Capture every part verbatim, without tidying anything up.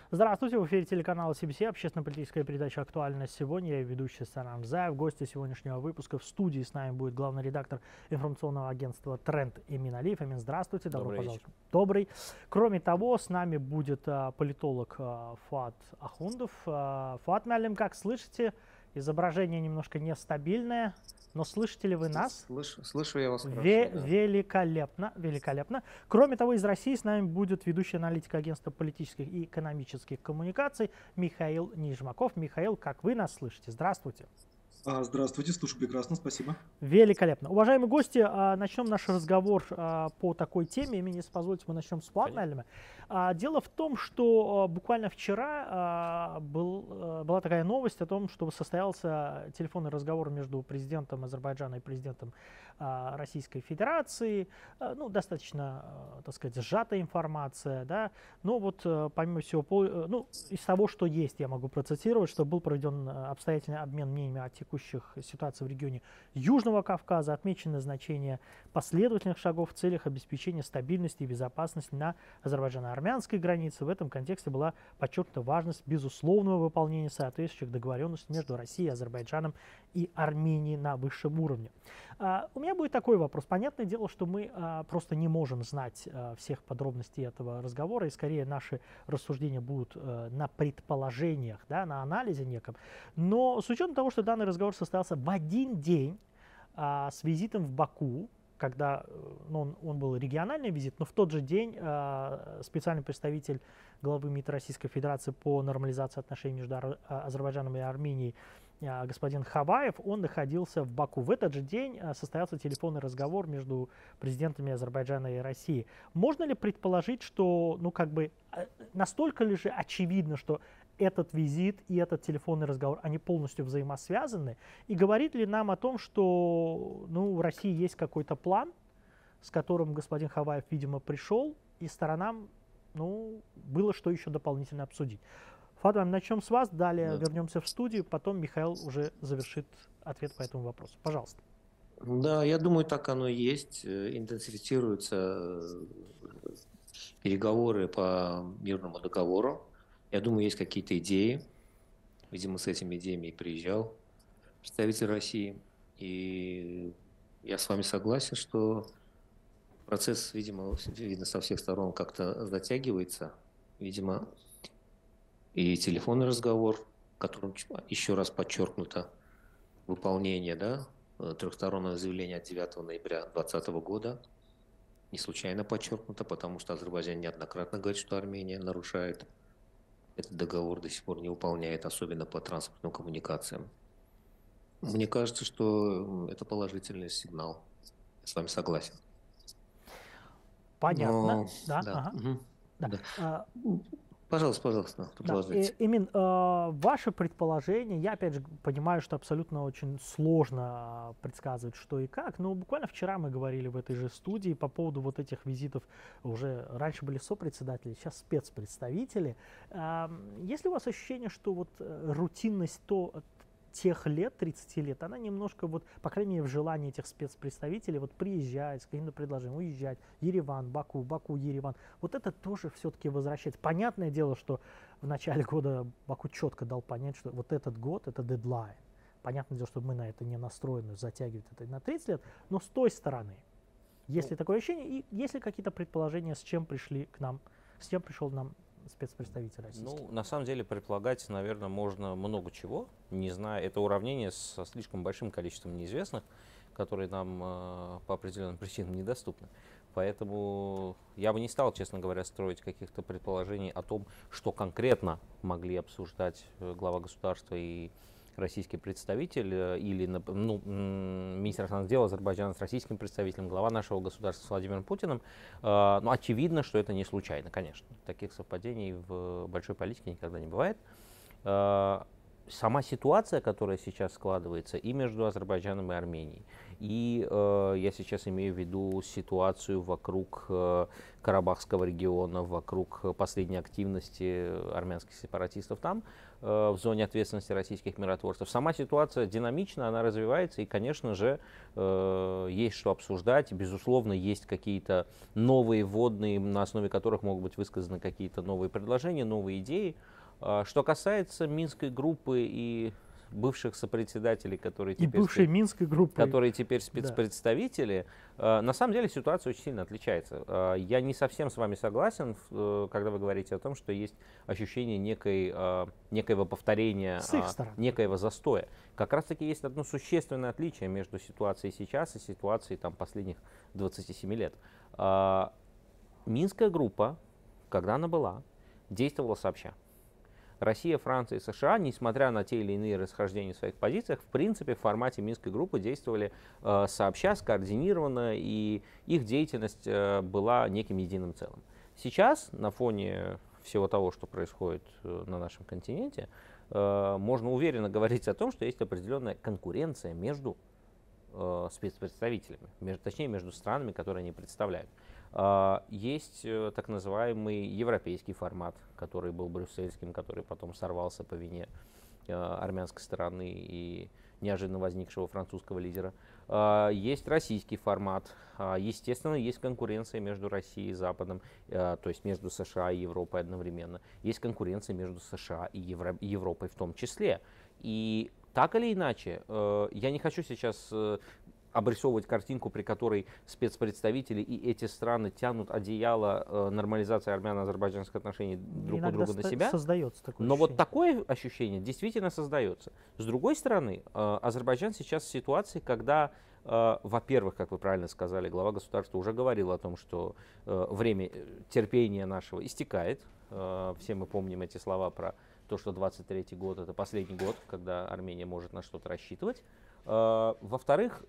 Здравствуйте, в эфире телеканала Си Би Си, общественно-политическая передача «Актуальность сегодня». Я ведущий Санам Заев. Гости сегодняшнего выпуска в студии с нами будет главный редактор информационного агентства «Тренд» Эмин Алиев. Эмин, здравствуйте, добро Добрый пожаловать. вечер. Добрый. Кроме того, с нами будет а, политолог а, Фуат Ахундов. А, Фуат Мялим, как слышите, изображение немножко нестабильное. Но слышите ли вы нас? Слышу, слышу я вас Ве хорошо, да. Великолепно, великолепно. Кроме того, из России с нами будет ведущий аналитик агентства политических и экономических коммуникаций Михаил Нижмаков. Михаил, как вы нас слышите? Здравствуйте. Здравствуйте, слушаю прекрасно, спасибо. Великолепно. Уважаемые гости, начнем наш разговор по такой теме. Если позволите, мы начнем с Фуат Мялима. Дело в том, что буквально вчера был, была такая новость о том, что состоялся телефонный разговор между президентом Азербайджана и президентом Российской Федерации. Ну, достаточно, так сказать, сжатая информация, да. Но вот помимо всего, ну, из того, что есть, я могу процитировать, что был проведен обстоятельный обмен мнениями о текущих ситуациях в регионе Южного Кавказа, отмечено значение последовательных шагов в целях обеспечения стабильности и безопасности на азербайджано-армянской границе. В этом контексте была подчеркнута важность безусловного выполнения соответствующих договоренностей между Россией, Азербайджаном и Арменией на высшем уровне. А, у меня будет такой вопрос. Понятное дело, что мы а, просто не можем знать а, всех подробностей этого разговора, и скорее наши рассуждения будут а, на предположениях, да, на анализе неком. Но с учетом того, что данный разговор состоялся в один день а, с визитом в Баку, когда ну, он, он был региональный визит, но в тот же день а, специальный представитель главы МИД Российской Федерации по нормализации отношений между Ар Азербайджаном и Арменией а, господин Хабаев, он находился в Баку. В этот же день а, состоялся телефонный разговор между президентами Азербайджана и России. Можно ли предположить, что ну, как бы, настолько ли же очевидно, что этот визит и этот телефонный разговор, они полностью взаимосвязаны? И говорит ли нам о том, что ну, в России есть какой-то план, с которым господин Хабаев, видимо, пришел, и сторонам ну, было что еще дополнительно обсудить? Фадван, начнем с вас, далее да. вернемся в студию, потом Михаил уже завершит ответ по этому вопросу. Пожалуйста. Да, я думаю, так оно и есть. Интенсифицируются переговоры по мирному договору. Я думаю, есть какие-то идеи. Видимо, с этими идеями и приезжал представитель России. И я с вами согласен, что процесс, видимо, видно со всех сторон как-то затягивается. Видимо, и телефонный разговор, в котором еще раз подчеркнуто выполнение, да, трехстороннего заявления от девятого ноября две тысячи двадцатого года. Не случайно подчеркнуто, потому что Азербайджан неоднократно говорит, что Армения нарушает этот договор, до сих пор не выполняет, особенно по транспортным коммуникациям. Мне кажется, что это положительный сигнал. Я с вами согласен. Понятно. Но... Да, да. ага. Угу. Да. Да. А... Пожалуйста, пожалуйста, продолжайте. Да. Эмин, э, ваше предположение, я опять же понимаю, что абсолютно очень сложно предсказывать, что и как, но буквально вчера мы говорили в этой же студии по поводу вот этих визитов, уже раньше были сопредседатели, сейчас спецпредставители. Э, есть ли у вас ощущение, что вот рутинность то, тех лет, тридцати лет, она немножко, вот, по крайней мере, в желании этих спецпредставителей вот приезжать с каким-то предложением, уезжать, Ереван, Баку, Баку, Ереван, вот это тоже все-таки возвращается. Понятное дело, что в начале года Баку четко дал понять, что вот этот год это дедлайн. Понятное дело, что мы на это не настроены, затягивать это на тридцать лет, но с той стороны, есть ли такое ощущение, и есть ли какие-то предположения, с чем пришли к нам, с чем пришел нам спецпредставитель российский? Ну, на самом деле, предполагать, наверное, можно много чего, не зная. Это уравнение со слишком большим количеством неизвестных, которые нам э, по определенным причинам недоступны. Поэтому я бы не стал, честно говоря, строить каких-то предположений о том, что конкретно могли обсуждать глава государства и российский представитель, или ну, министр иностранных дел Азербайджана с российским представителем, глава нашего государства с Владимиром Путиным. Э, ну, очевидно, что это не случайно, конечно. Таких совпадений в большой политике никогда не бывает. Э, сама ситуация, которая сейчас складывается и между Азербайджаном и Арменией, и э, я сейчас имею в виду ситуацию вокруг э, Карабахского региона, вокруг последней активности армянских сепаратистов там, э, в зоне ответственности российских миротворцев. Сама ситуация динамична, она развивается, и, конечно же, э, есть что обсуждать. Безусловно, есть какие-то новые вводные, на основе которых могут быть высказаны какие-то новые предложения, новые идеи. Что касается Минской группы и бывших сопредседателей, которые и теперь, бывшей Минской группы, которые теперь спецпредставители, да. На самом деле ситуация очень сильно отличается. Я не совсем с вами согласен, когда вы говорите о том, что есть ощущение некой, некоего повторения, некоего застоя. Как раз таки есть одно существенное отличие между ситуацией сейчас и ситуацией там, последних двадцати семи лет. Минская группа, когда она была, действовала сообща. Россия, Франция и США, несмотря на те или иные расхождения в своих позициях, в принципе, в формате Минской группы действовали э, сообща, скоординированно, и их деятельность э, была неким единым целым. Сейчас, на фоне всего того, что происходит э, на нашем континенте, э, можно уверенно говорить о том, что есть определенная конкуренция между э, спецпредставителями, между, точнее, между странами, которые они представляют. Есть так называемый европейский формат, который был брюссельским, который потом сорвался по вине армянской стороны и неожиданно возникшего французского лидера. Есть российский формат. Естественно, есть конкуренция между Россией и Западом, то есть между США и Европой одновременно. Есть конкуренция между США и Евро- Европой в том числе. И так или иначе, я не хочу сейчас обрисовывать картинку, при которой спецпредставители и эти страны тянут одеяло э, нормализации армяно-азербайджанских отношений друг у друга на себя. Создается такое Но ощущение. Вот такое ощущение действительно создается. С другой стороны, э, Азербайджан сейчас в ситуации, когда, э, во-первых, как вы правильно сказали, глава государства уже говорил о том, что э, время терпения нашего истекает. Э, все мы помним эти слова про то, что двадцать третий год это последний год, когда Армения может на что-то рассчитывать. Э, во-вторых,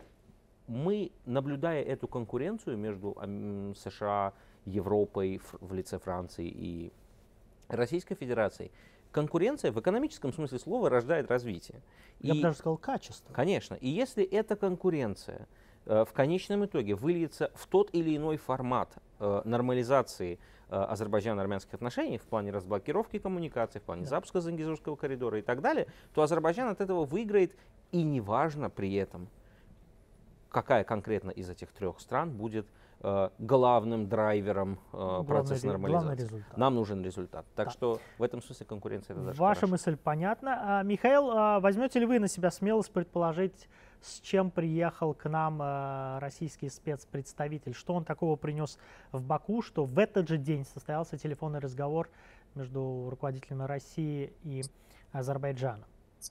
мы, наблюдая эту конкуренцию между США, Европой в лице Франции и Российской Федерацией, конкуренция в экономическом смысле слова рождает развитие. Я и, бы даже сказал качество. Конечно. И если эта конкуренция э, в конечном итоге выльется в тот или иной формат э, нормализации э, азербайджано-армянских отношений в плане разблокировки коммуникаций, в плане да. запуска Зангезурского коридора и так далее, то Азербайджан от этого выиграет, и неважно при этом, какая конкретно из этих трех стран будет э, главным драйвером э, процесса нормализации. Нам нужен результат. Так да. что в этом смысле конкуренция это даже Ваша хорошо. мысль понятна. А, Михаил, а, возьмете ли вы на себя смелость предположить, с чем приехал к нам а, российский спецпредставитель? Что он такого принес в Баку, что в этот же день состоялся телефонный разговор между руководителями России и Азербайджана?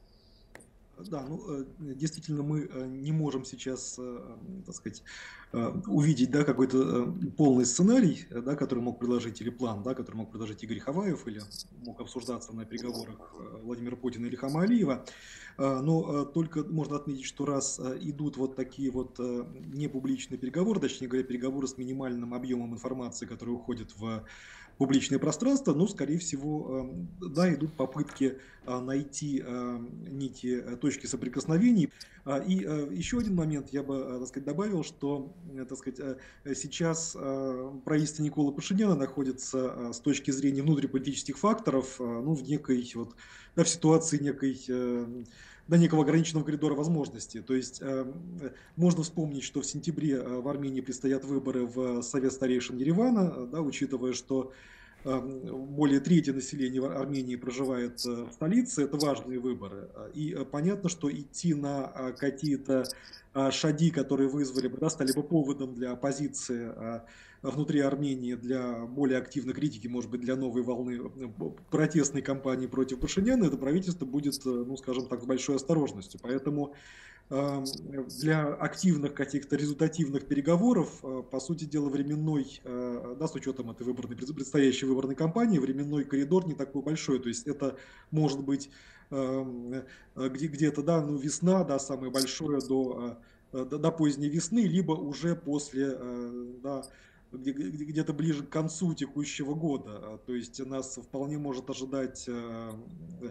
Да, ну действительно мы не можем сейчас, так сказать, увидеть, да, какой-то полный сценарий, да, который мог предложить, или план, да, который мог предложить Игорь Хаваев, или мог обсуждаться на переговорах Владимира Путина или Ильхама Алиева. Но только можно отметить, что раз идут вот такие вот непубличные переговоры, точнее говоря, переговоры с минимальным объемом информации, которые уходят в публичное пространство, но, скорее всего, да, идут попытки найти нити, точки соприкосновений. И еще один момент я бы, так сказать, добавил, что, так сказать, сейчас правительство Николы Пашиняна находится с точки зрения внутриполитических факторов, ну, в некой вот, да, в ситуации некой, до некого ограниченного коридора возможностей. То есть э, можно вспомнить, что в сентябре в Армении предстоят выборы в Совет старейшин Еревана, да, учитывая, что э, более трети населения Армении проживает в столице, это важные выборы. И э, понятно, что идти на э, какие-то э, шаги, которые вызвали бы, да, стали бы поводом для оппозиции э, внутри Армении, для более активной критики, может быть, для новой волны протестной кампании против Пашиняна, это правительство будет, ну, скажем так, с большой осторожностью. Поэтому э, для активных каких-то результативных переговоров, э, по сути дела, временной, э, да, с учетом этой выборной, предстоящей выборной кампании, временной коридор не такой большой. То есть это может быть э, где, где-то, да, ну, весна, да, самое большое до, до, до поздней весны, либо уже после, э, да, где-то ближе к концу текущего года. То есть нас вполне может ожидать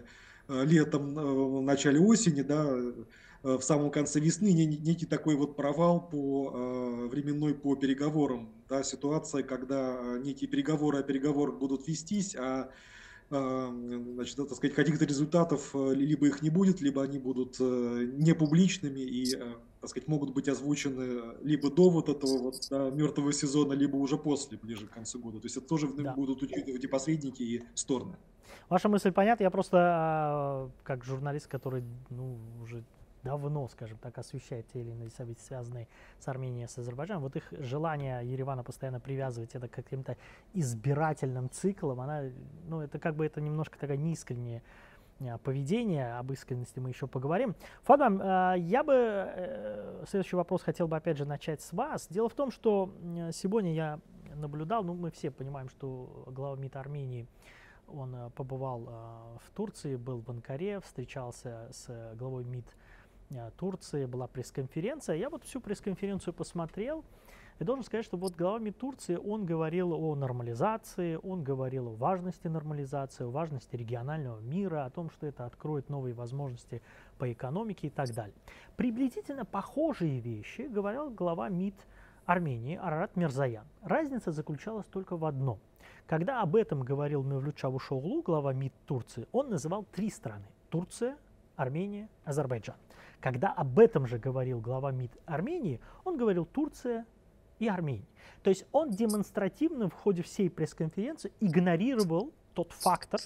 летом, в начале осени, да, в самом конце весны некий такой вот провал по временной по переговорам, да, ситуация, когда некие переговоры о переговорах будут вестись, а значит, так сказать, каких-то результатов либо их не будет, либо они будут не публичными и, так сказать, могут быть озвучены либо до вот этого вот, да, мертвого сезона, либо уже после, ближе к концу года. То есть это тоже Да. будут учитывать и посредники, и стороны. Ваша мысль понятна. Я просто, как журналист, который, ну, уже давно, скажем так, освещает те или иные события, связанные с Арменией, с Азербайджаном, вот их желание Еревана постоянно привязывать это к каким-то избирательным циклам, она, ну, это как бы это немножко такая неискреннее поведение. Об искренности мы еще поговорим. Фадам, я бы следующий вопрос хотел бы опять же начать с вас. Дело в том, что сегодня я наблюдал, ну, мы все понимаем, что глава МИД Армении, он побывал в Турции, был в Анкаре, встречался с главой МИД Турции, была пресс-конференция. Я вот всю пресс-конференцию посмотрел и должен сказать, что вот глава МИД Турции, он говорил о нормализации, он говорил о важности нормализации, о важности регионального мира, о том, что это откроет новые возможности по экономике и так далее. Приблизительно похожие вещи говорил глава МИД Армении Арарат Мирзоян. Разница заключалась только в одном. Когда об этом говорил Мевлют Чавушоглу, глава МИД Турции, он называл три страны – Турция, Армения, Азербайджан. Когда об этом же говорил глава МИД Армении, он говорил Турция и Армения. То есть он демонстративно в ходе всей пресс-конференции игнорировал тот фактор,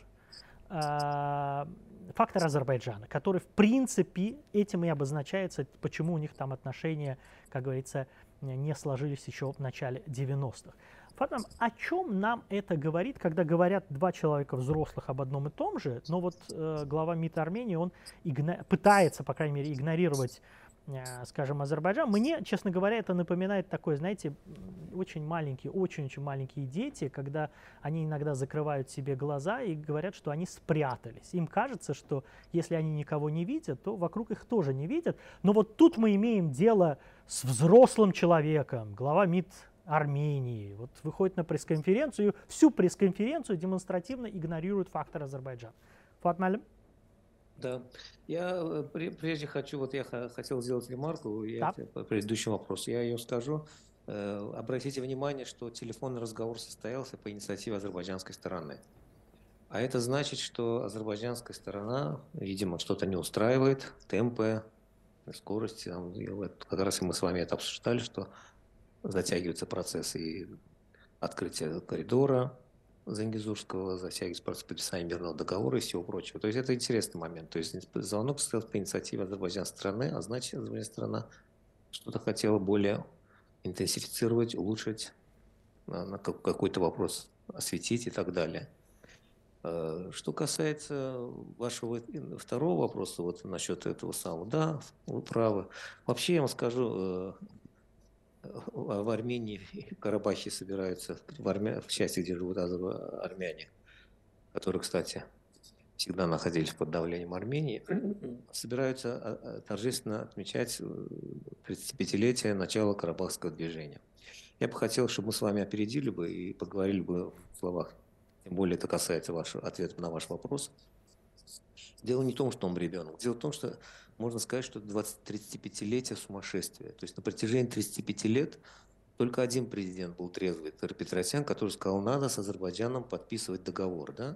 э, фактор Азербайджана, который в принципе этим и обозначается, почему у них там отношения, как говорится, не сложились еще в начале девяностых. Фатам, о чем нам это говорит, когда говорят два человека взрослых об одном и том же, но вот э, глава МИД Армении, он игно- пытается, по крайней мере, игнорировать, э, скажем, Азербайджан. Мне, честно говоря, это напоминает такое, знаете, очень маленькие, очень-очень маленькие дети, когда они иногда закрывают себе глаза и говорят, что они спрятались. Им кажется, что если они никого не видят, то вокруг их тоже не видят. Но вот тут мы имеем дело с взрослым человеком, глава МИД Армении, вот выходит на пресс-конференцию, всю пресс-конференцию демонстративно игнорирует фактор Азербайджана. Фуат Муалим? Да, я прежде хочу, вот я хотел сделать ремарку я, да. по предыдущему вопросу, я ее скажу. Обратите внимание, что телефонный разговор состоялся по инициативе азербайджанской стороны. А это значит, что азербайджанская сторона, видимо, что-то не устраивает, темпы, скорости. Как раз и мы с вами это обсуждали, что затягивается процесс и открытия коридора Зангезурского, затягивается процесс подписания мирного договора и всего прочего. То есть это интересный момент. То есть звонок состоялся по инициативе азербайджанской стороны, а значит, азербайджанская сторона что-то хотела более интенсифицировать, улучшить, на какой-то вопрос осветить и так далее. Что касается вашего второго вопроса, вот насчет этого самого, да, вы правы. Вообще, я вам скажу, в Армении и Карабахе собираются, в, армя... в части, где живут армяне, которые, кстати, всегда находились под давлением Армении, собираются торжественно отмечать тридцатипятилетие начала Карабахского движения. Я бы хотел, чтобы мы с вами опередили бы и поговорили бы в словах, тем более это касается вашего ответа на ваш вопрос. Дело не в том, что он ребенок. Дело в том, что можно сказать, что двадцать-тридцатипятилетие сумасшествия. То есть на протяжении тридцати пяти лет только один президент был трезвый, это Петросян, который сказал, надо с Азербайджаном подписывать договор. Да?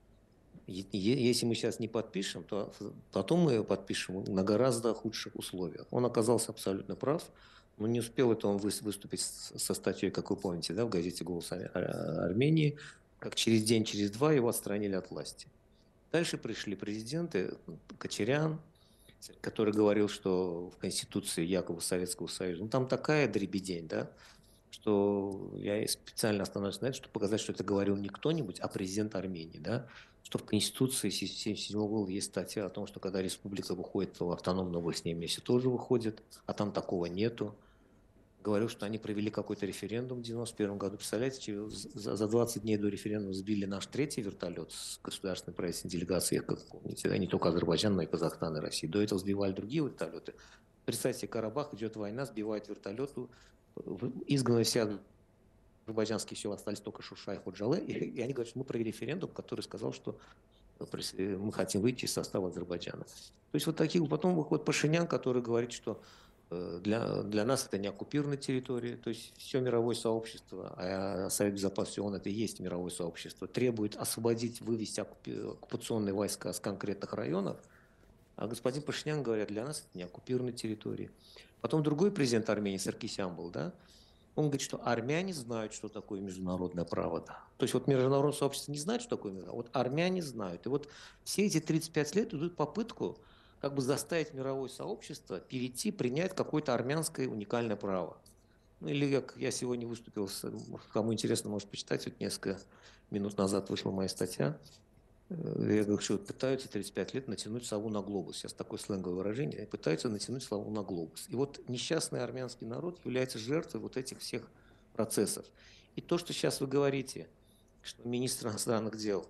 Если мы сейчас не подпишем, то потом мы его подпишем на гораздо худших условиях. Он оказался абсолютно прав, но не успел это он выступить со статьей, как вы помните, да, в газете «Голос Армении», как через день, через два его отстранили от власти. Дальше пришли президенты, Кочарян, который говорил, что в Конституции якобы Советского Союза, ну там такая дребедень, да, что я специально остановился на этом, чтобы показать, что это говорил не кто-нибудь, а президент Армении, да, что в Конституции семьдесят седьмого года есть статья о том, что когда республика выходит, то автономная область с ней вместе тоже выходит, а там такого нету. Говорил, что они провели какой-то референдум в девяносто первом году. Представляете, за двадцать дней до референдума сбили наш третий вертолет с государственной правительственной делегацией, как помните, да, не только Азербайджан, но и Казахстан и Россия. До этого сбивали другие вертолеты. Представьте, Карабах, идет война, сбивает вертолет, изгнаны все азербайджанские села, остались только Шуша и Ходжале, и они говорят, что мы провели референдум, который сказал, что мы хотим выйти из состава Азербайджана. То есть вот такие, потом выходит Пашинян, который говорит, что для, для нас это не оккупированная территория, то есть все мировое сообщество, а Совет Безопасности ООН это и есть мировое сообщество, требует освободить, вывести оккупационные войска с конкретных районов, а господин Пашинян говорит, для нас это не оккупированная территория. Потом другой президент Армении, Саркисян был, да, он говорит, что армяне знают, что такое международное право. Да. То есть вот международное сообщество не знает, что такое международное, вот армяне знают. И вот все эти тридцать пять лет идут попытку как бы заставить мировое сообщество перейти, принять какое-то армянское уникальное право. Ну или как я сегодня выступил, с, кому интересно, может почитать, вот несколько минут назад вышла моя статья. Я говорю, что пытаются тридцать пять лет натянуть сову на глобус. Сейчас такое сленговое выражение. Пытаются натянуть сову на глобус. И вот несчастный армянский народ является жертвой вот этих всех процессов. И то, что сейчас вы говорите, что министр иностранных дел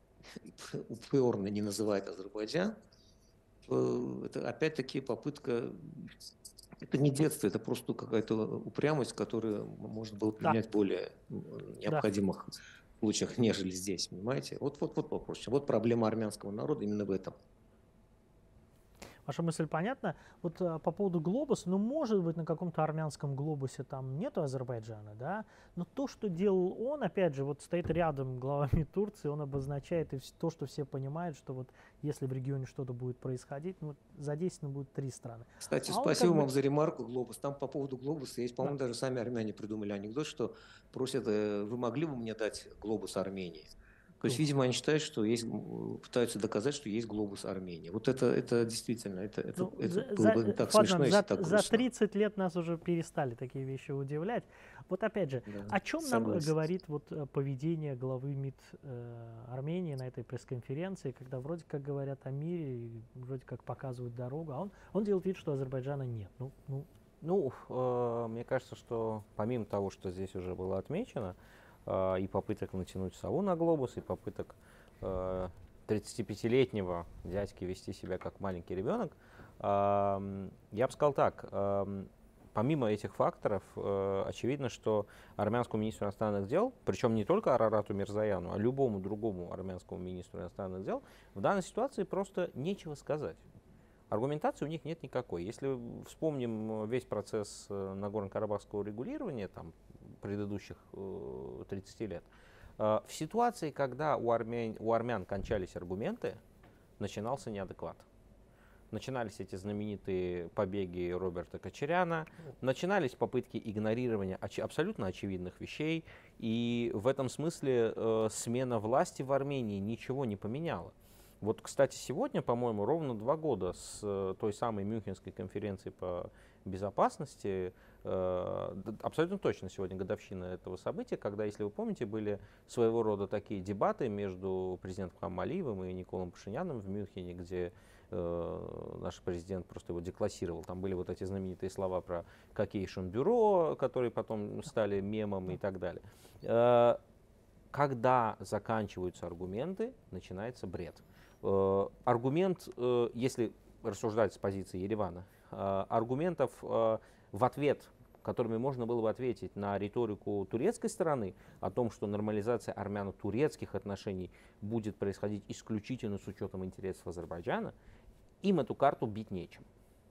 упорно не называет Азербайджан, это опять-таки попытка, это не детство, это просто какая-то упрямость, которую можно было применять в более необходимых да. случаях, нежели здесь, понимаете? Вот, вот, вот вопрос. Вот проблема армянского народа именно в этом. Ваша мысль понятна. Вот а, по поводу глобуса, ну, может быть, на каком-то армянском глобусе там нету Азербайджана, да, но то, что делал он, опять же, вот стоит рядом глава МИД Турции, он обозначает и то, что все понимают, что вот если в регионе что-то будет происходить, ну, задействованы будут три страны. Кстати, а спасибо вам как бы... за ремарку, глобус. Там по поводу глобуса есть, по-моему, да. даже сами армяне придумали анекдот, что просят, вы могли бы мне дать глобус Армении? То есть, видимо, они считают, что есть, пытаются доказать, что есть глобус Армении. Вот это, это действительно, это, это, ну, это за, было бы так Фадман, смешно, за, если так грустно. За тридцать лет нас уже перестали такие вещи удивлять. Вот опять же, да, о чем согласен. Нам говорит вот поведение главы МИД э, Армении на этой пресс-конференции, когда вроде как говорят о мире, вроде как показывают дорогу, а он, он делает вид, что Азербайджана нет. Ну, ну. ну э, мне кажется, что помимо того, что здесь уже было отмечено, и попыток натянуть сову на глобус, и попыток э, тридцатипятилетнего дядьки вести себя как маленький ребенок, э, я бы сказал так, э, помимо этих факторов, э, очевидно, что армянскому министру иностранных дел, причем не только Арарату Мирзояну, а любому другому армянскому министру иностранных дел, в данной ситуации просто нечего сказать. Аргументации у них нет никакой. Если вспомним весь процесс Нагорно-Карабахского регулирования, там, предыдущих э, тридцати лет, э, в ситуации, когда у армян, у армян кончались аргументы, начинался неадекват. Начинались эти знаменитые побеги Роберта Кочаряна, начинались попытки игнорирования оч- абсолютно очевидных вещей, и в этом смысле э, смена власти в Армении ничего не поменяла. Вот, кстати, сегодня, по-моему, ровно два года с э, той самой Мюнхенской конференции по безопасности, э, абсолютно точно сегодня годовщина этого события, когда, если вы помните, были своего рода такие дебаты между президентом Алиевым и Николом Пашиняном в Мюнхене, где э, наш президент просто его деклассировал. Там были вот эти знаменитые слова про Caucasian-бюро, которые потом стали мемом и так далее. Э, когда заканчиваются аргументы, начинается бред. Аргумент, если рассуждать с позиции Еревана, аргументов в ответ, которыми можно было бы ответить на риторику турецкой стороны о том, что нормализация армяно-турецких отношений будет происходить исключительно с учетом интересов Азербайджана, им эту карту бить нечем.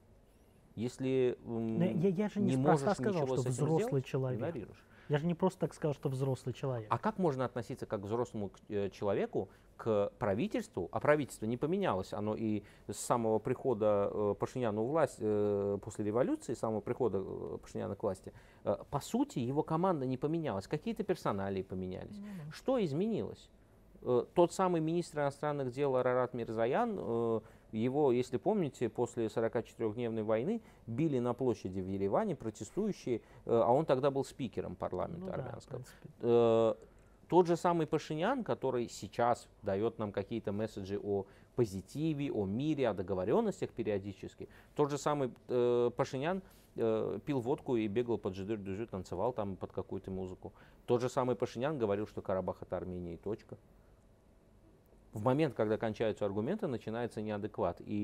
Если я, я же не не можешь сказал, ничего что с этим взрослый сделать, человек. игнорируешь. Я же не просто так сказал, что взрослый человек. А как можно относиться как к взрослому человеку к правительству? А правительство не поменялось. Оно и с самого прихода Пашиняна у власти, после революции, с самого прихода Пашиняна к власти, по сути, его команда не поменялась. Какие-то персоналии поменялись. Mm-hmm. Что изменилось? Тот самый министр иностранных дел Арарат Мирзоян, его, если помните, после сорокачетырёхдневной войны били на площади в Ереване протестующие, а он тогда был спикером парламента ну, армянского. Да, тот же самый Пашинян, который сейчас дает нам какие-то месседжи о позитиве, о мире, о договоренностях периодически, тот же самый э, Пашинян э, пил водку и бегал под жидыр-дюжи, танцевал там под какую-то музыку. Тот же самый Пашинян говорил, что Карабах это Армения и точка. В момент, когда кончаются аргументы, начинается неадекват. И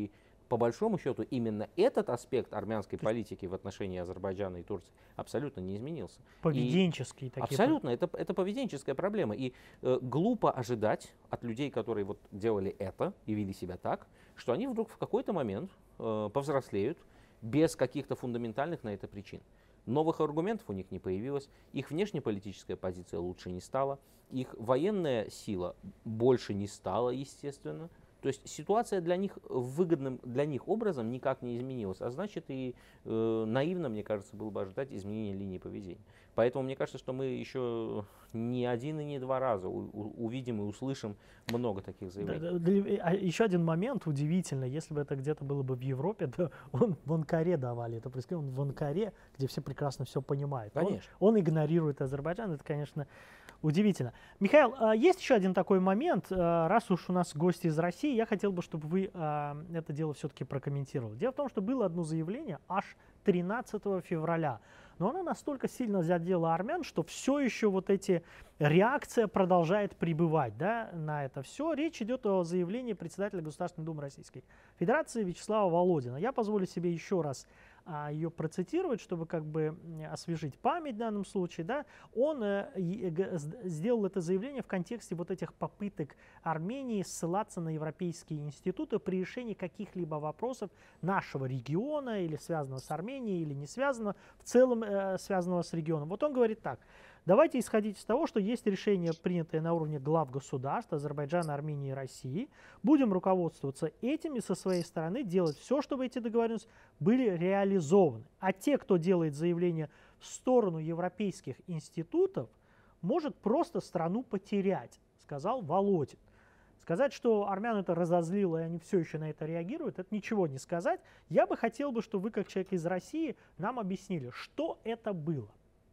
по большому счету, именно этот аспект армянской политики в отношении Азербайджана и Турции абсолютно не изменился. Поведенческие и такие. Абсолютно, это, это поведенческая проблема. И э, глупо ожидать от людей, которые вот делали это и вели себя так, что они вдруг в какой-то момент э, повзрослеют без каких-то фундаментальных на это причин. Новых аргументов у них не появилось, их внешнеполитическая позиция лучше не стала, их военная сила больше не стала, естественно. То есть ситуация для них выгодным для них образом никак не изменилась, а значит и э, наивно, мне кажется, было бы ожидать изменения линии поведения. Поэтому мне кажется, что мы еще не один и не два раза у, у, увидим и услышим много таких заявлений. Да, да, а еще один момент удивительно, если бы это где-то было бы в Европе, то он в Анкаре давали это происходит, он в Анкаре, где все прекрасно все понимают. Конечно. Он, он игнорирует Азербайджан, это, конечно, удивительно. Михаил, есть еще один такой момент, раз уж у нас гости из России, я хотел бы, чтобы вы это дело все-таки прокомментировали. Дело в том, что было одно заявление аж тринадцатого февраля, но оно настолько сильно задело армян, что все еще вот эти реакция продолжает пребывать, да, на это все. Речь идет о заявлении председателя Государственной Думы Российской Федерации Вячеслава Володина. Я позволю себе еще раз а, ее процитировать, чтобы как бы освежить память в данном случае. Да. Он э, э, сделал это заявление в контексте вот этих попыток Армении ссылаться на европейские институты при решении каких-либо вопросов нашего региона или связанного с Арменией, или не связанного, в целом э, связанного с регионом. Вот он говорит так. Давайте исходить из того, что есть решение, принятое на уровне глав государств Азербайджана, Армении и России. Будем руководствоваться этим и со своей стороны делать все, чтобы эти договоренности были реализованы. А те, кто делает заявление в сторону европейских институтов, может просто страну потерять, сказал Володин. Сказать, что армян это разозлило, и они все еще на это реагируют, это ничего не сказать. Я бы хотел, бы, чтобы вы, как человек из России, нам объяснили, что это было.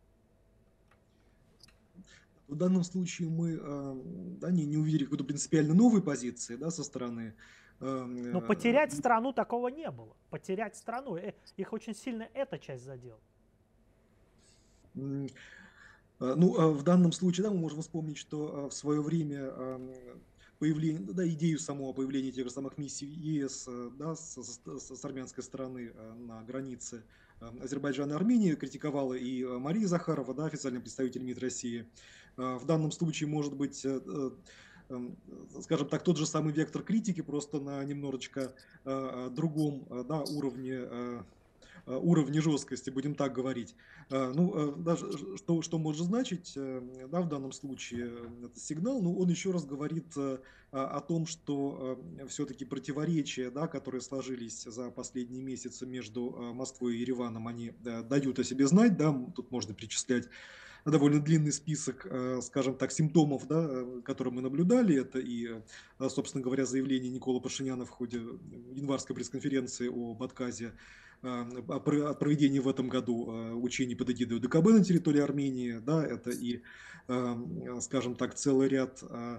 В данном случае мы да, не, не увидели какой-то принципиально новой позиции да, со стороны. Но потерять страну такого не было. Потерять страну, их очень сильно эта часть задела. Ну, в данном случае да, мы можем вспомнить, что в свое время появление, да, идею самого появления тех же самых миссий ЕС да, с, с, с армянской стороны на границе Азербайджана и Армении критиковала и Мария Захарова, да, официальный представитель МИД России. В данном случае, может быть, скажем так, тот же самый вектор критики, просто на немножечко другом да, уровне, уровне жесткости, будем так говорить. Ну, даже что, что может значить да, в данном случае это сигнал, но он еще раз говорит о том, что все-таки противоречия, да, которые сложились за последние месяцы между Москвой и Ереваном, они дают о себе знать, да, тут можно перечислять довольно длинный список, скажем так, симптомов, да, которые мы наблюдали. Это и, собственно говоря, заявление Никола Пашиняна в ходе январской пресс-конференции об отказе от проведения в этом году учений под эгидой ОДКБ на территории Армении. Да, это и, скажем так, целый ряд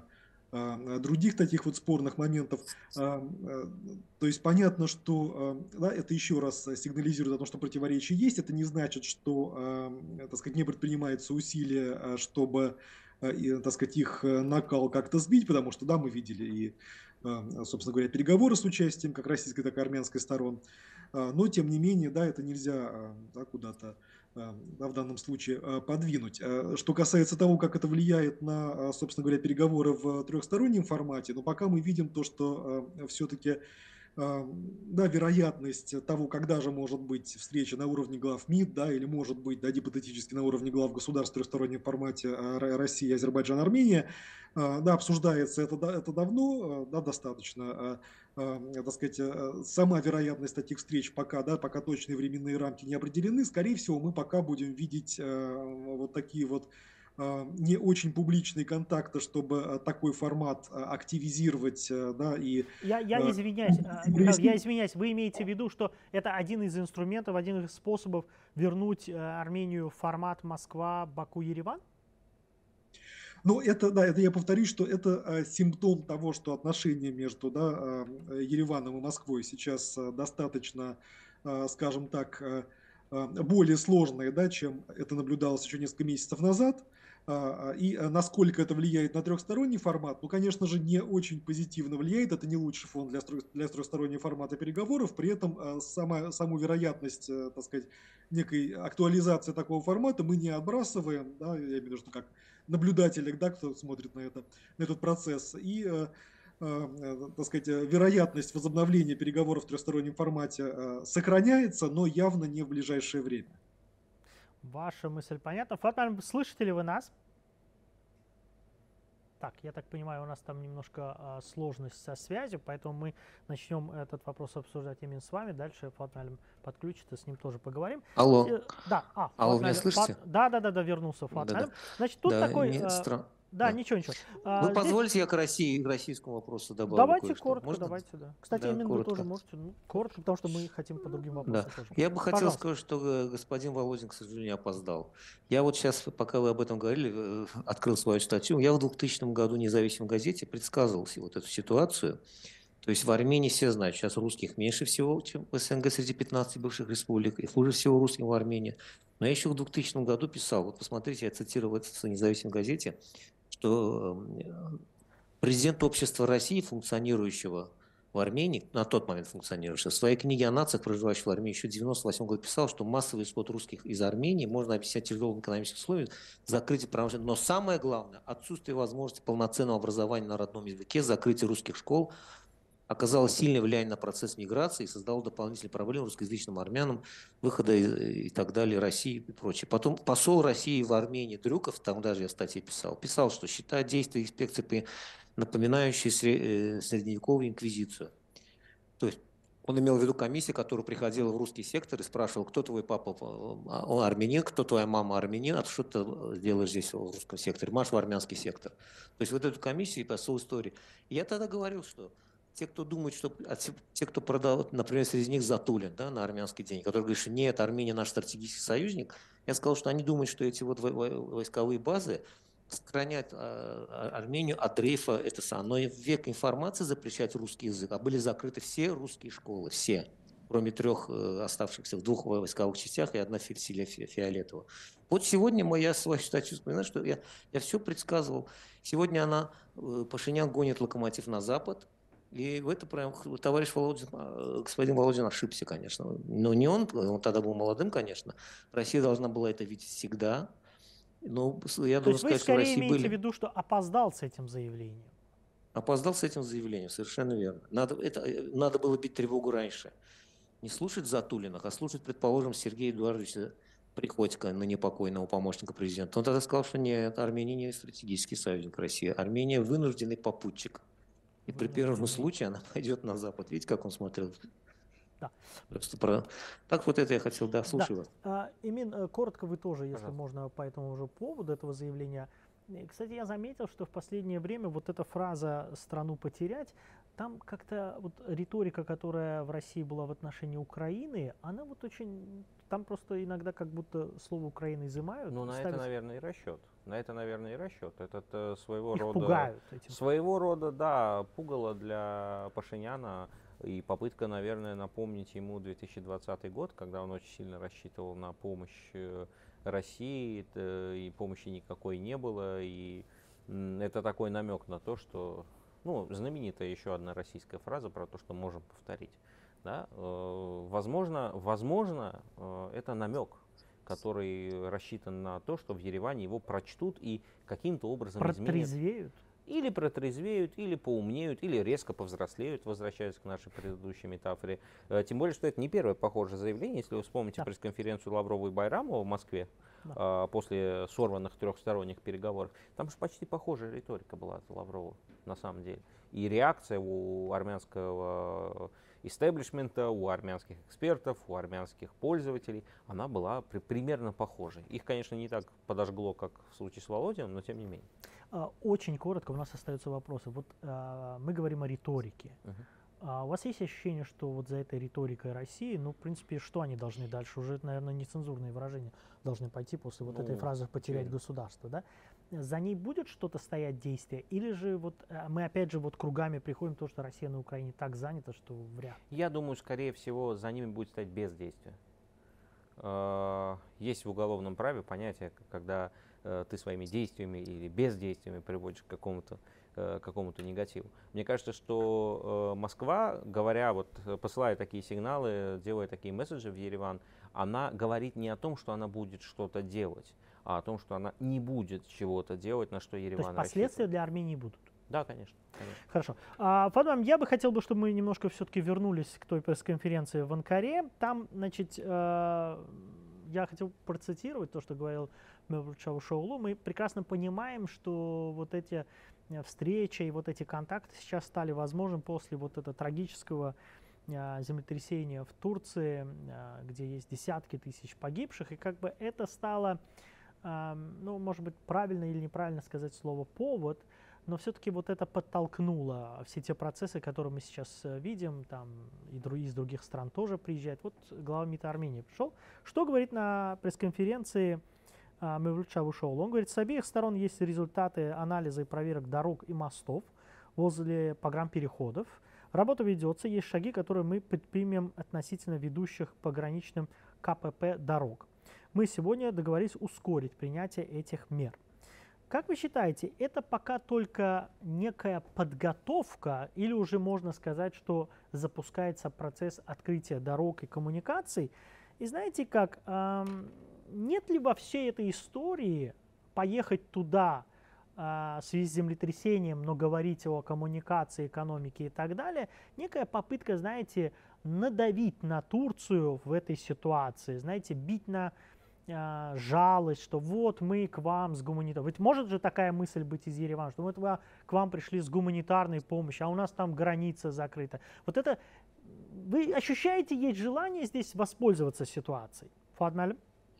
других таких вот спорных моментов. То есть понятно, что да, это еще раз сигнализирует о том, что противоречия есть. Это не значит, что, так сказать, не предпринимаются усилия, чтобы, так сказать, их накал как-то сбить, потому что, да, мы видели и, собственно говоря, переговоры с участием как российской, так и армянской сторон. Но, тем не менее, да, это нельзя да, куда-то да, в данном случае подвинуть. Что касается того, как это влияет на, собственно говоря, переговоры в трехстороннем формате, но пока мы видим то, что все-таки да, вероятность того, когда же может быть встреча на уровне глав МИД, да, или может быть, да, гипотетически на уровне глав государств в трехстороннем формате Россия, Азербайджан, Армения, да, обсуждается это, это давно, да, достаточно, так сказать, сама вероятность таких встреч пока, да, пока точные временные рамки не определены, скорее всего, мы пока будем видеть вот такие вот не очень публичные контакты, чтобы такой формат активизировать, да, и... Я, я извиняюсь, Михаил, я извиняюсь, вы имеете в виду, что это один из инструментов, один из способов вернуть Армению в формат Москва, Баку, Ереван? Ну, это, да, это я повторюсь, что это симптом того, что отношения между да, Ереваном и Москвой сейчас достаточно, скажем так, более сложные, да, чем это наблюдалось еще несколько месяцев назад. И насколько это влияет на трехсторонний формат, ну, конечно же, не очень позитивно влияет. Это не лучший фон для, для трехстороннего формата переговоров. При этом сама, саму вероятность, так сказать, некой актуализации такого формата мы не отбрасываем. Да, я имею в виду, что как наблюдатели, да, кто смотрит на, это, на этот процесс. И так сказать, вероятность возобновления переговоров в трехстороннем формате сохраняется, но явно не в ближайшее время. Ваша мысль понятна. Фатман, слышите ли вы нас? Так, я так понимаю, у нас там немножко а, сложность со связью, поэтому мы начнем этот вопрос обсуждать именно с вами. Дальше Фатман подключится, с ним тоже поговорим. Алло. Э, да, а, Алло, Фатман, меня слышите? Фат, да, да, да, да, вернулся Фатман. Да, да. Значит, тут да, такой... не, А, стра... да, да, ничего, ничего. Вы А, позволите, здесь... я к России, к российскому вопросу добавлю Давайте кое-что? коротко, Можно? давайте, да. Кстати, Да, именно коротко. вы тоже можете, ну, коротко, потому что мы хотим по другим вопросам Да. тоже. Я бы хотел Пожалуйста. сказать, что господин Володин, к сожалению, опоздал. Я вот сейчас, пока вы об этом говорили, открыл свою статью. Я в двухтысячном году в независимой газете предсказывал вот эту ситуацию. То есть в Армении все знают, сейчас русских меньше всего, чем в СНГ среди пятнадцати бывших республик, и хуже всего русским в Армении. Но я еще в двухтысячном году писал, вот посмотрите, я цитировал это в независимой газете, что президент Общества России, функционирующего в Армении, на тот момент функционирующего, в своей книге о нациях, проживающих в Армении, еще в девяносто восьмом году писал, что массовый исход русских из Армении можно объяснять тяжелым экономическим условиям, закрытие промышленности. Но самое главное, отсутствие возможности полноценного образования на родном языке, закрытие русских школ оказало сильное влияние на процесс миграции и создало дополнительные проблемы русскоязычным армянам, выхода и, и так далее, России и прочее. Потом посол России в Армении Дрюков, там даже я статьи писал, писал, что считает действия инспекции, напоминающие средневековую инквизицию. То есть он имел в виду комиссию, которая приходила в русский сектор и спрашивала, кто твой папа, он армянин, кто твоя мама армянин, а что ты делаешь здесь в русском секторе, марш в армянский сектор. То есть вот эту комиссию и посол истории. И я тогда говорил, что те, кто думают, что те, кто продал, например, среди них Затулин, да, на армянский день, который говорит, что нет, Армения наш стратегический союзник, я сказал, что они думают, что эти вот войсковые базы сохранять Армению от дрейфа, это самое. Век информации запрещать русский язык, а были закрыты все русские школы, все, кроме трех оставшихся в двух войсковых частях и одна флотилия Фиолетова. Вот сегодня я свою статью вспоминаю, что я, я все предсказывал. Сегодня она, Пашинян гонит локомотив на запад, и в это прям товарищ Володин, господин Володин ошибся, конечно. Но не он, он тогда был молодым, конечно. Россия должна была это видеть всегда. Ну, я То должен есть вы сказать, что в скорее России имеете были... в виду, что опоздал с этим заявлением? Опоздал с этим заявлением, совершенно верно. Надо, это, надо было бить тревогу раньше. Не слушать Затулиных, а слушать, предположим, Сергея Эдуардовича Приходько, ныне покойного помощника президента. Он тогда сказал, что нет, Армения не стратегический союзник России. Армения вынужденный попутчик. И при первом случае она пойдет на Запад. Видите, как он смотрел? Да. Просто про... Так вот это я хотел, да, слушаю вас. А, Имин, коротко вы тоже, если Пожалуйста. можно, по этому же поводу этого заявления. Кстати, я заметил, что в последнее время вот эта фраза «страну потерять», там как-то вот риторика, которая в России была в отношении Украины, она вот очень... Там просто иногда как будто слово «Украина» изымают. Ну, на ставят... это, наверное, и расчет. На это, наверное, и расчет. Это э, своего Их рода... пугают этим. Своего рода, да, пугало для Пашиняна и попытка, наверное, напомнить ему две тысячи двадцатый год, когда он очень сильно рассчитывал на помощь России, и помощи никакой не было. И это такой намек на то, что... Ну, знаменитая еще одна российская фраза про то, что можем повторить. Да? Возможно, возможно, это намек, который рассчитан на то, что в Ереване его прочтут и каким-то образом изменят. Протрезвеют? Или протрезвеют, или поумнеют, или резко повзрослеют, возвращаясь к нашей предыдущей метафоре. Тем более, что это не первое похожее заявление. Если вы вспомните да. пресс-конференцию Лаврова и Байрамова в Москве, да. после сорванных трехсторонних переговоров, там же почти похожая риторика была от Лаврова на самом деле. И реакция у армянского истеблишмента, у армянских экспертов, у армянских пользователей, она была при, примерно похожей. Их, конечно, не так подожгло, как в случае с Володиным, но тем не менее. Очень коротко, у нас остаются вопросы. Вот а, мы говорим о риторике. Uh-huh. А у вас есть ощущение, что вот за этой риторикой России, ну, в принципе, что они должны дальше? Уже, наверное, нецензурные выражения должны пойти после вот ну, этой фразы «потерять okay. государство», да? За ней будет что-то стоять действие? Или же вот мы опять же вот кругами приходим к тому, что Россия на Украине так занята, что вряд ли? Я думаю, скорее всего, за ними будет стоять бездействие. э, есть в уголовном праве понятие, когда э, ты своими действиями или бездействиями приводишь к какому-то э, какому-то негативу. Мне кажется, что э, Москва, говоря, вот, посылая такие сигналы, делая такие месседжи в Ереван, она говорит не о том, что она будет что-то делать, а о том, что она не будет чего-то делать, на что Ереван рассчитывает. То есть последствия для Армении будут? Да, конечно. конечно. Хорошо. А, Фадман, я бы хотел, бы, чтобы мы немножко все-таки вернулись к той пресс-конференции в Анкаре. Там, значит, э, я хотел процитировать то, что говорил Мевлют Чавушоглу. Мы прекрасно понимаем, что вот эти встречи и вот эти контакты сейчас стали возможны после вот этого трагического э, землетрясения в Турции, э, где есть десятки тысяч погибших. И как бы это стало, э, ну, может быть, правильно или неправильно сказать слово «повод», но все-таки вот это подтолкнуло все те процессы, которые мы сейчас видим, там и из других стран тоже приезжают. Вот глава МИДа Армении пришел. Что говорит на пресс-конференции а, Мевлют Чавушоглу? Он говорит, с обеих сторон есть результаты анализа и проверок дорог и мостов возле погранпереходов. Работа ведется, есть шаги, которые мы предпримем относительно ведущих пограничным КПП дорог. Мы сегодня договорились ускорить принятие этих мер. Как вы считаете, это пока только некая подготовка или уже можно сказать, что запускается процесс открытия дорог и коммуникаций? И знаете как, эм, нет ли во всей этой истории поехать туда э, в связи с землетрясением, но говорить о коммуникации, экономике и так далее, некая попытка, знаете, надавить на Турцию в этой ситуации, знаете, бить на жалость, что вот мы к вам с гуманитарной... Ведь может же такая мысль быть из Еревана, что вот мы к вам пришли с гуманитарной помощью, а у нас там граница закрыта. Вот это... Вы ощущаете, есть желание здесь воспользоваться ситуацией? Фадмаль?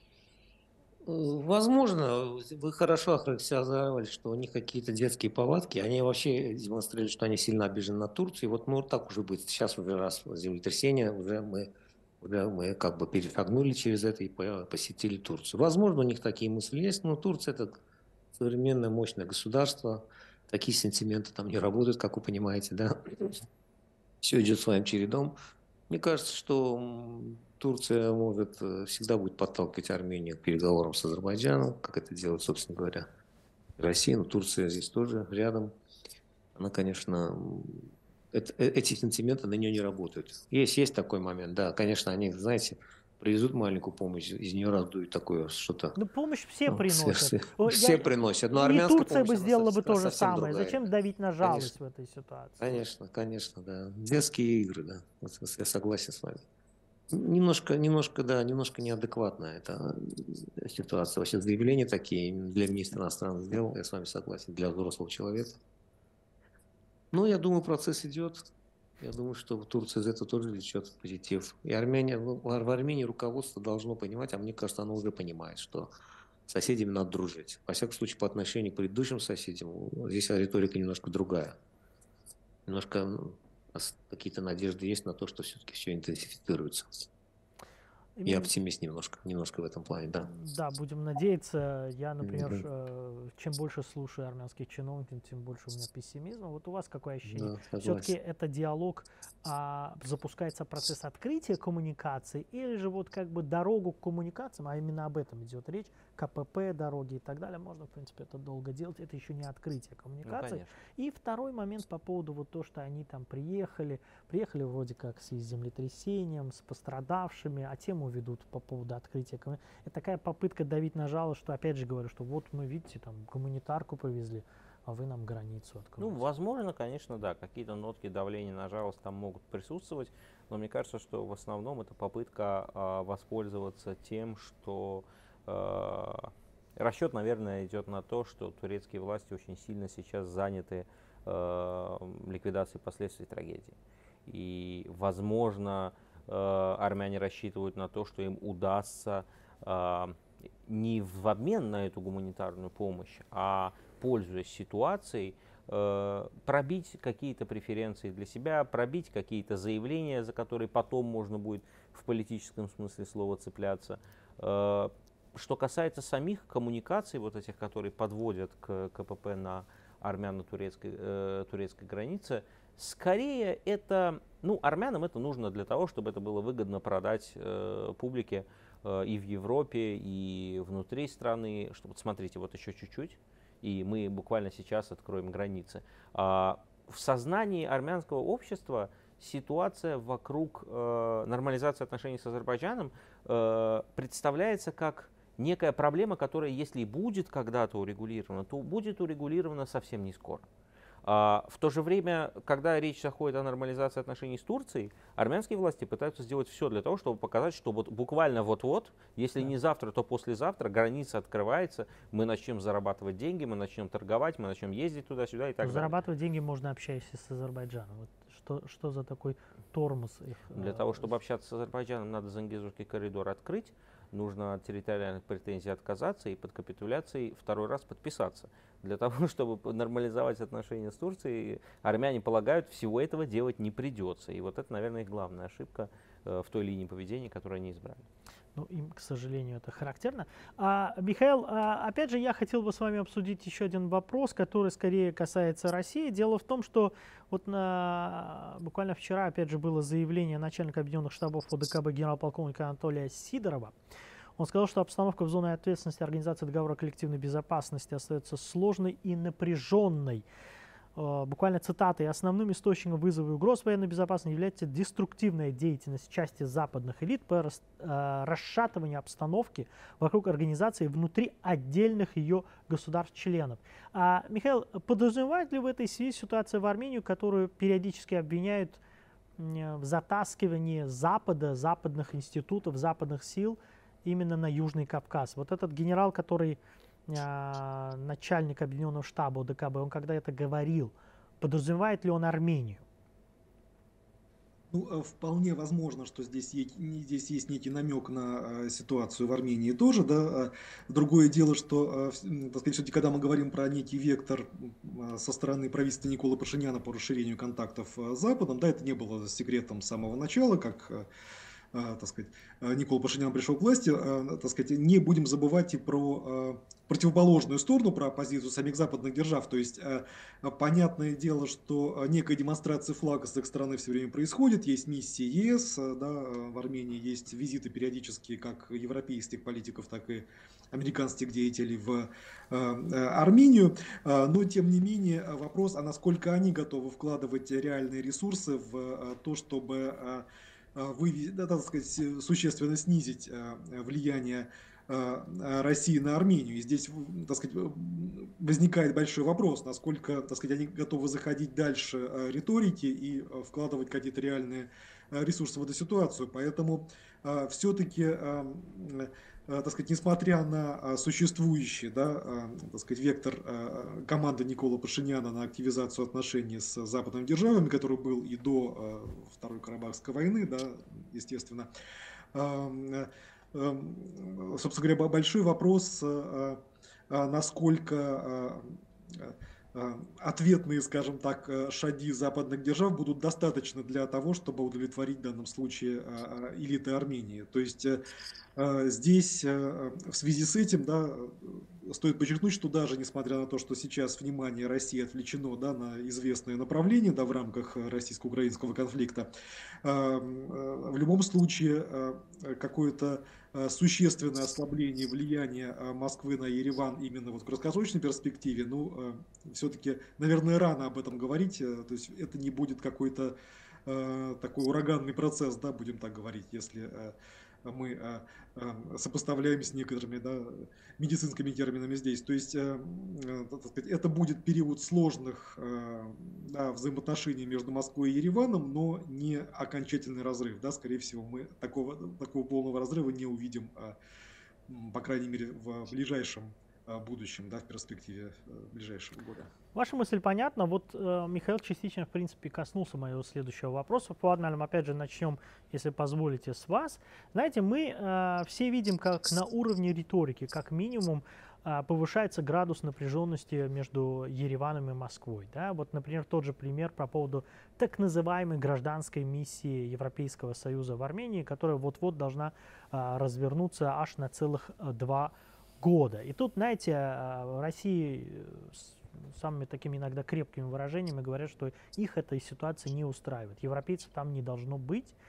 Возможно, вы хорошо охарактеризовали, что у них какие-то детские повадки. Они вообще демонстрируют, что они сильно обижены на Турцию. И вот, ну, так уже будет. Сейчас уже раз землетрясение, уже мы... Да, мы как бы перешагнули через это и посетили Турцию. Возможно, у них такие мысли есть, но Турция – это современное мощное государство. Такие сентименты там не работают, как вы понимаете, да. Все идет своим чередом. Мне кажется, что Турция может всегда будет подталкивать Армению к переговорам с Азербайджаном, как это делает, собственно говоря, Россия. Но Турция здесь тоже рядом. Она, конечно... Это, эти сентименты на нее не работают. Есть, есть такой момент, да, конечно, они, знаете, привезут маленькую помощь, из нее раздуют такое что-то. Ну, помощь все ну, приносят. Все, все Я, приносят, но и армянская Турция помощь, бы сделала бы то же самое. другая. Зачем давить на жалость конечно, в этой ситуации? Конечно, конечно, да. Детские игры, да. Вот, я согласен с вами. Немножко, немножко, да, немножко неадекватная эта ситуация. Вообще заявления такие для министра иностранных дел, я с вами согласен, для взрослого человека. Ну, я думаю, процесс идет. Я думаю, что Турция из этого тоже влечет позитив. И Армения, ну, в Армении руководство должно понимать, а мне кажется, оно уже понимает, что с соседями надо дружить. Во всяком случае, по отношению к предыдущим соседям, здесь риторика немножко другая. Немножко ну, какие-то надежды есть на то, что все-таки все интенсифицируется. Именно... Я оптимист немножко, немножко в этом плане, да. Да, будем надеяться. Я, например, mm-hmm. чем больше слушаю армянских чиновников, тем больше у меня пессимизма. Вот у вас какое ощущение? Да, все-таки это диалог, а, запускается процесс открытия коммуникаций, или же вот как бы дорогу к коммуникациям, а именно об этом идет речь, КПП, дороги и так далее. Можно, в принципе, это долго делать. Это еще не открытие коммуникаций. Ну, и второй момент по поводу вот то, что они там приехали, приехали вроде как с землетрясением, с пострадавшими, а тему ведут по поводу открытия. Это такая попытка давить на жалость, что опять же говорю, что вот мы, видите, там гуманитарку повезли, а вы нам границу откроете. Ну, возможно, конечно, да, какие-то нотки давления на жалость там могут присутствовать, но мне кажется, что в основном это попытка э, воспользоваться тем, что э, расчет, наверное, идет на то, что турецкие власти очень сильно сейчас заняты э, ликвидацией последствий трагедии. И, возможно, э, армяне рассчитывают на то, что им удастся э, не в обмен на эту гуманитарную помощь, а пользуясь ситуацией, э, пробить какие-то преференции для себя, пробить какие-то заявления, за которые потом можно будет в политическом смысле слова цепляться. Э, что касается самих коммуникаций, вот этих, которые подводят к КПП на армяно-турецкой э, турецкой границе, скорее это, ну, армянам это нужно для того, чтобы это было выгодно продать э, публике э, и в Европе, и внутри страны, что вот смотрите, вот еще чуть-чуть, и мы буквально сейчас откроем границы. А в сознании армянского общества ситуация вокруг э, нормализации отношений с Азербайджаном э, представляется как некая проблема, которая, если и будет когда-то урегулирована, то будет урегулирована совсем не скоро. А в то же время, когда речь заходит о нормализации отношений с Турцией, армянские власти пытаются сделать все для того, чтобы показать, что вот буквально вот-вот, если не завтра, то послезавтра граница открывается, мы начнем зарабатывать деньги, мы начнем торговать, мы начнем ездить туда-сюда и так далее. Зарабатывать деньги можно, общаясь с Азербайджаном. Вот что, что за такой тормоз их? Для э, того, чтобы общаться с Азербайджаном, надо Зангезурский коридор открыть, нужно от территориальных претензий отказаться и под капитуляцией второй раз подписаться. Для того, чтобы нормализовать отношения с Турцией, армяне полагают, всего этого делать не придется. И вот это, наверное, их главная ошибка э, в той линии поведения, которую они избрали. Ну, им, к сожалению, это характерно. А, Михаил, а, опять же, я хотел бы с вами обсудить еще один вопрос, который скорее касается России. Дело в том, что вот на, буквально вчера, опять же, было заявление начальника Объединенных штабов ОДКБ генерал-полковника Анатолия Сидорова. Он сказал, что обстановка в зоне ответственности Организации договора коллективной безопасности остается сложной и напряженной. Буквально цитаты: «Основным источником вызова и угроз военной безопасности является деструктивная деятельность части западных элит по расшатыванию обстановки вокруг организации внутри отдельных ее государств-членов». А, Михаил, подразумевает ли в этой связи ситуация в Армении, которую периодически обвиняют в затаскивании Запада, западных институтов, западных сил именно на Южный Кавказ? Вот этот генерал, который а, начальник Объединенного штаба ОДКБ, он когда это говорил, подразумевает ли он Армению? Ну, вполне возможно, что здесь есть, здесь есть некий намек на ситуацию в Армении тоже, да. Другое дело, что, так сказать, все-таки, когда мы говорим про некий вектор со стороны правительства Николы Пашиняна по расширению контактов с Западом, да, это не было секретом с самого начала, как, так сказать, Никола Пашинян пришел к власти, так сказать, не будем забывать и про противоположную сторону, про позицию самих западных держав. То есть, понятное дело, что некая демонстрация флага с их стороны все время происходит, есть миссии ЕС, да, в Армении есть визиты периодические как европейских политиков, так и американских деятелей в Армению, но тем не менее вопрос, а насколько они готовы вкладывать реальные ресурсы в то, чтобы Вы, да, так сказать, существенно снизить влияние России на Армению. И здесь, так сказать, возникает большой вопрос, насколько, так сказать, они готовы заходить дальше риторики и вкладывать какие-то реальные ресурсы в эту ситуацию. Поэтому все-таки, так сказать, несмотря на существующий, да, так сказать, вектор команды Николы Пашиняна на активизацию отношений с западными державами, который был и до Второй Карабахской войны, да, естественно, собственно говоря, большой вопрос, насколько ответные, скажем так, шаги западных держав будут достаточны для того, чтобы удовлетворить в данном случае элиты Армении. То есть здесь в связи с этим, да, стоит подчеркнуть, что даже несмотря на то, что сейчас внимание России отвлечено, да, на известное направление, да, в рамках российско-украинского конфликта, в любом случае какое-то существенное ослабление влияния Москвы на Ереван именно вот в краткосрочной перспективе, ну, все-таки, наверное, рано об этом говорить, то есть это не будет какой-то такой ураганный процесс, да, будем так говорить, если мы сопоставляем с некоторыми, да, медицинскими терминами здесь. То есть, так сказать, это будет период сложных, да, взаимоотношений между Москвой и Ереваном, но не окончательный разрыв. Да, скорее всего, мы такого, такого полного разрыва не увидим, по крайней мере, в ближайшем будущем, да, в перспективе ближайшего года. Ваша мысль понятна. Вот э, Михаил частично, в принципе, коснулся моего следующего вопроса. По одному, опять же, начнем, если позволите, с вас. Знаете, мы э, все видим, как на уровне риторики, как минимум, э, повышается градус напряженности между Ереваном и Москвой. Да? Вот, например, тот же пример по поводу так называемой гражданской миссии Европейского Союза в Армении, которая вот-вот должна э, развернуться аж на целых два года. И тут, знаете, в России самыми такими иногда крепкими выражениями говорят, что их эта ситуация не устраивает. Европейцев там не должно быть.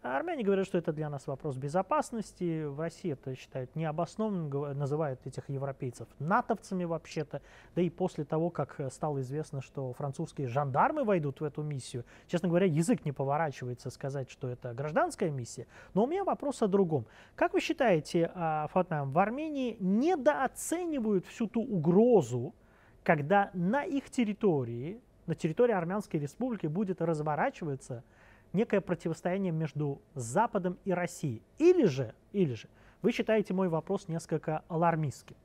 А армяне говорят, что это для нас вопрос безопасности. В России это считают необоснованным, гов- называют этих европейцев натовцами вообще-то. Да и после того, как э, стало известно, что французские жандармы войдут в эту миссию, честно говоря, язык не поворачивается сказать, что это гражданская миссия. Но у меня вопрос о другом. Как вы считаете, а, Фатнам, в Армении недооценивают всю ту угрозу, когда на их территории, на территории Армянской Республики будет разворачиваться некое противостояние между Западом и Россией? Или же, или же вы считаете мой вопрос несколько алармистским?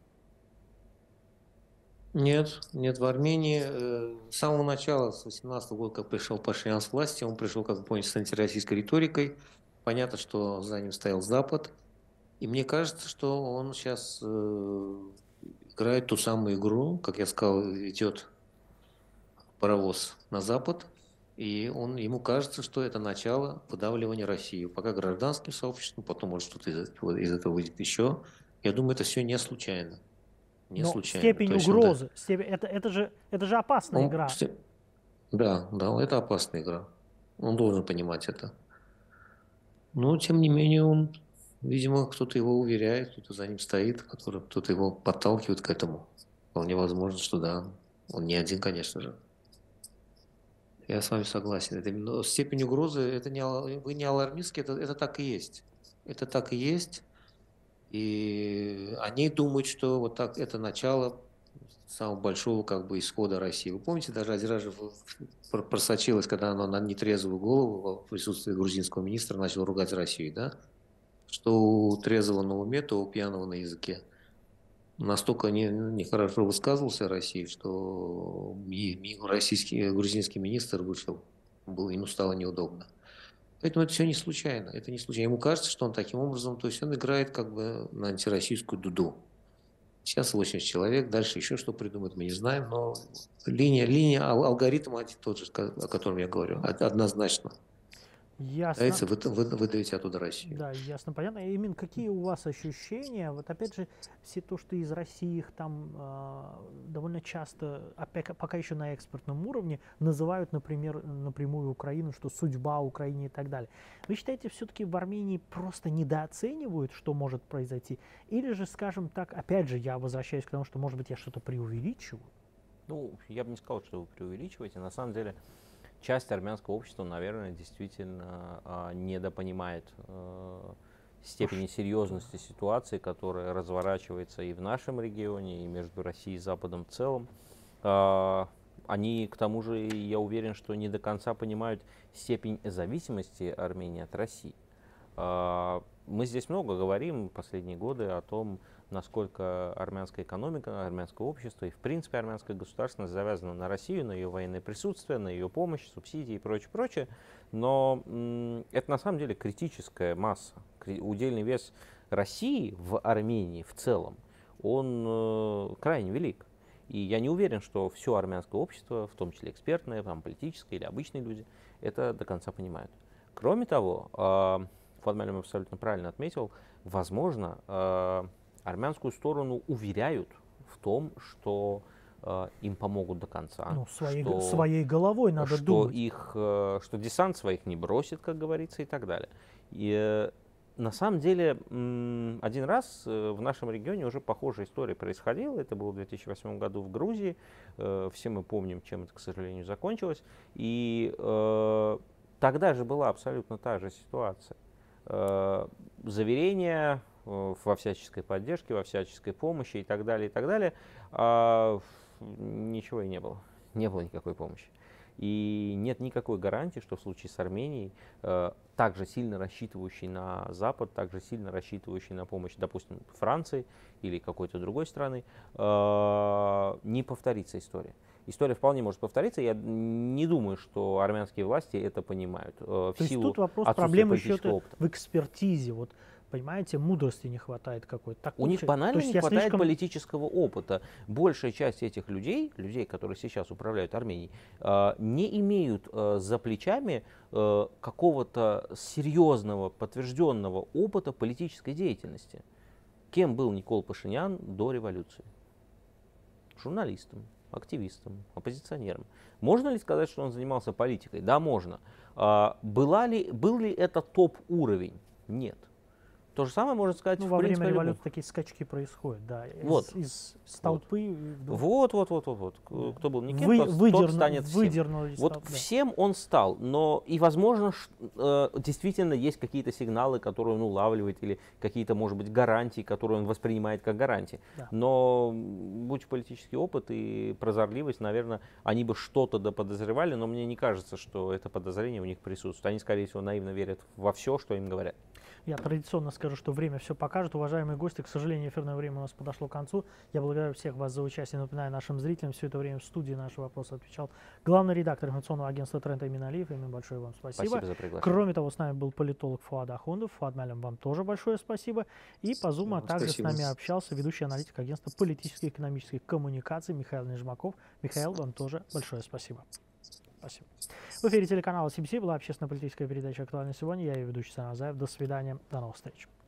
Нет, нет, в Армении э, с самого начала, с восемнадцатого года, как пришел Пашинян с власти, он пришел, как вы поняли, с антироссийской риторикой. Понятно, что за ним стоял Запад. И мне кажется, что он сейчас э, играет ту самую игру, как я сказал, идет паровоз на Запад. И он, ему кажется, что это начало выдавливания России. Пока гражданским сообществом, потом, может, что-то из этого, из этого выйдет еще. Я думаю, это все не случайно. Не Но случайно. степень То есть он, угрозы, степень- это, это, же, это же опасная он, игра. сте- да, да, это опасная игра. Он должен понимать это. Но, тем не менее, он, видимо, кто-то его уверяет, кто-то за ним стоит, который, кто-то его подталкивает к этому. Вполне возможно, что да. Он не один, конечно же. Я с вами согласен. Это, но степень угрозы, это не, ал- вы не алармистские, это, это так и есть. Это так и есть. И они думают, что вот так это начало самого большого как бы исхода России. Вы помните, даже один раз же в- в- просочилось, когда она на нетрезвую голову в присутствии грузинского министра начала ругать Россию, да? Что у трезвого на уме, то у пьяного на языке. Настолько не- нехорошо высказывался о России, что ми- ми- российский, грузинский министр вышел, был, ему стало неудобно. Поэтому это все не случайно. Это не случайно. Ему кажется, что он таким образом, то есть он играет как бы на антироссийскую дуду. Сейчас восемьдесят человек, дальше еще что придумают, мы не знаем, но линия, линия, ал- алгоритм один тот же, о котором я говорю, од- однозначно. Ясно. Пытается вы- вы- выдавить оттуда Россию. Да, ясно, понятно. Именно какие у вас ощущения? Вот опять же, все то, что из России их там а, довольно часто, опять, пока еще на экспортном уровне, называют, например, напрямую Украину, что судьба Украины и так далее. Вы считаете, все-таки в Армении просто недооценивают, что может произойти? Или же, скажем так, опять же, я возвращаюсь к тому, что, может быть, я что-то преувеличиваю? Ну, я бы не сказал, что вы преувеличиваете. На самом деле, часть армянского общества, наверное, действительно а, недопонимает а, степени серьезности ситуации, которая разворачивается и в нашем регионе, и между Россией и Западом в целом. А, они, к тому же, я уверен, что не до конца понимают степень зависимости Армении от России. А, мы здесь много говорим в последние годы о том, насколько армянская экономика, армянское общество и, в принципе, армянская государственность завязана на Россию, на ее военное присутствие, на ее помощь, субсидии и прочее, прочее. Но м, это на самом деле критическая масса. Кри- Удельный вес России в Армении в целом, он э, крайне велик. И я не уверен, что все армянское общество, в том числе экспертное, там, политическое или обычные люди, это до конца понимают. Кроме того, э, Фадмелем абсолютно правильно отметил, возможно, э, армянскую сторону уверяют в том, что э, им помогут до конца. Ну, своей, что, своей головой надо что думать. их, э, что десант своих не бросит, как говорится, и так далее. И э, на самом деле м, один раз э, в нашем регионе уже похожая история происходила. Это было в две тысячи восьмом году в Грузии. Э, все мы помним, чем это, к сожалению, закончилось. И э, тогда же была абсолютно та же ситуация. Э, заверения э, во всяческой поддержке, во всяческой помощи и так далее, и так далее, а ничего и не было. Не было никакой помощи. И нет никакой гарантии, что в случае с Арменией, э, также сильно рассчитывающей на Запад, также сильно рассчитывающей на помощь, допустим, Франции или какой-то другой страны, э, не повторится история. История вполне может повториться. Я не думаю, что армянские власти это понимают. Э, в То есть силу тут вопрос отсутствия проблемы еще политического опыта. в экспертизе. Вот, понимаете, мудрости не хватает какой-то. Так У них получается. банально То есть не я хватает слишком- политического опыта. Большая часть этих людей, людей, которые сейчас управляют Арменией, э, не имеют э, за плечами э, какого-то серьезного, подтвержденного опыта политической деятельности. Кем был Никол Пашинян до революции? Журналистом. активистом, оппозиционером. Можно ли сказать, что он занимался политикой? Да, можно. А, была ли, был ли это топ-уровень? Нет. То же самое можно сказать, ну, в во принципе, время любом. революции такие скачки происходят, да. Из, Вот. из, из толпы. Вот, вот, вот, вот, вот. Кто был никем, Вы, тот, выдерну, тот станет всем. выдернули из Вот толпы, да. всем он стал, но и, возможно, ш, э, действительно есть какие-то сигналы, которые он улавливает, или какие-то, может быть, гарантии, которые он воспринимает как гарантии. Да. Но, будь политический опыт и прозорливость, наверное, они бы что-то доподозревали, но мне не кажется, что это подозрение у них присутствует. Они, скорее всего, наивно верят во все, что им говорят. Я традиционно скажу, что время все покажет. Уважаемые гости, к сожалению, эфирное время у нас подошло к концу. Я благодарю всех вас за участие. Напоминаю нашим зрителям, все это время в студии наши вопросы отвечал главный редактор информационного агентства Тренд Эмин Алиев. Эмин, большое вам спасибо. Спасибо за приглашение. Кроме того, с нами был политолог Фуад Ахундов. Фуад Малям, вам тоже большое спасибо. И по Zoom а также Спасибо. с нами общался ведущий аналитик агентства политических и экономических коммуникаций Михаил Нижмаков. Михаил, вам тоже большое спасибо. Спасибо. В эфире телеканала Си Би Си была общественно-политическая передача «Актуально сегодня». Я ее ведущий Сан Азаев. До свидания. До новых встреч.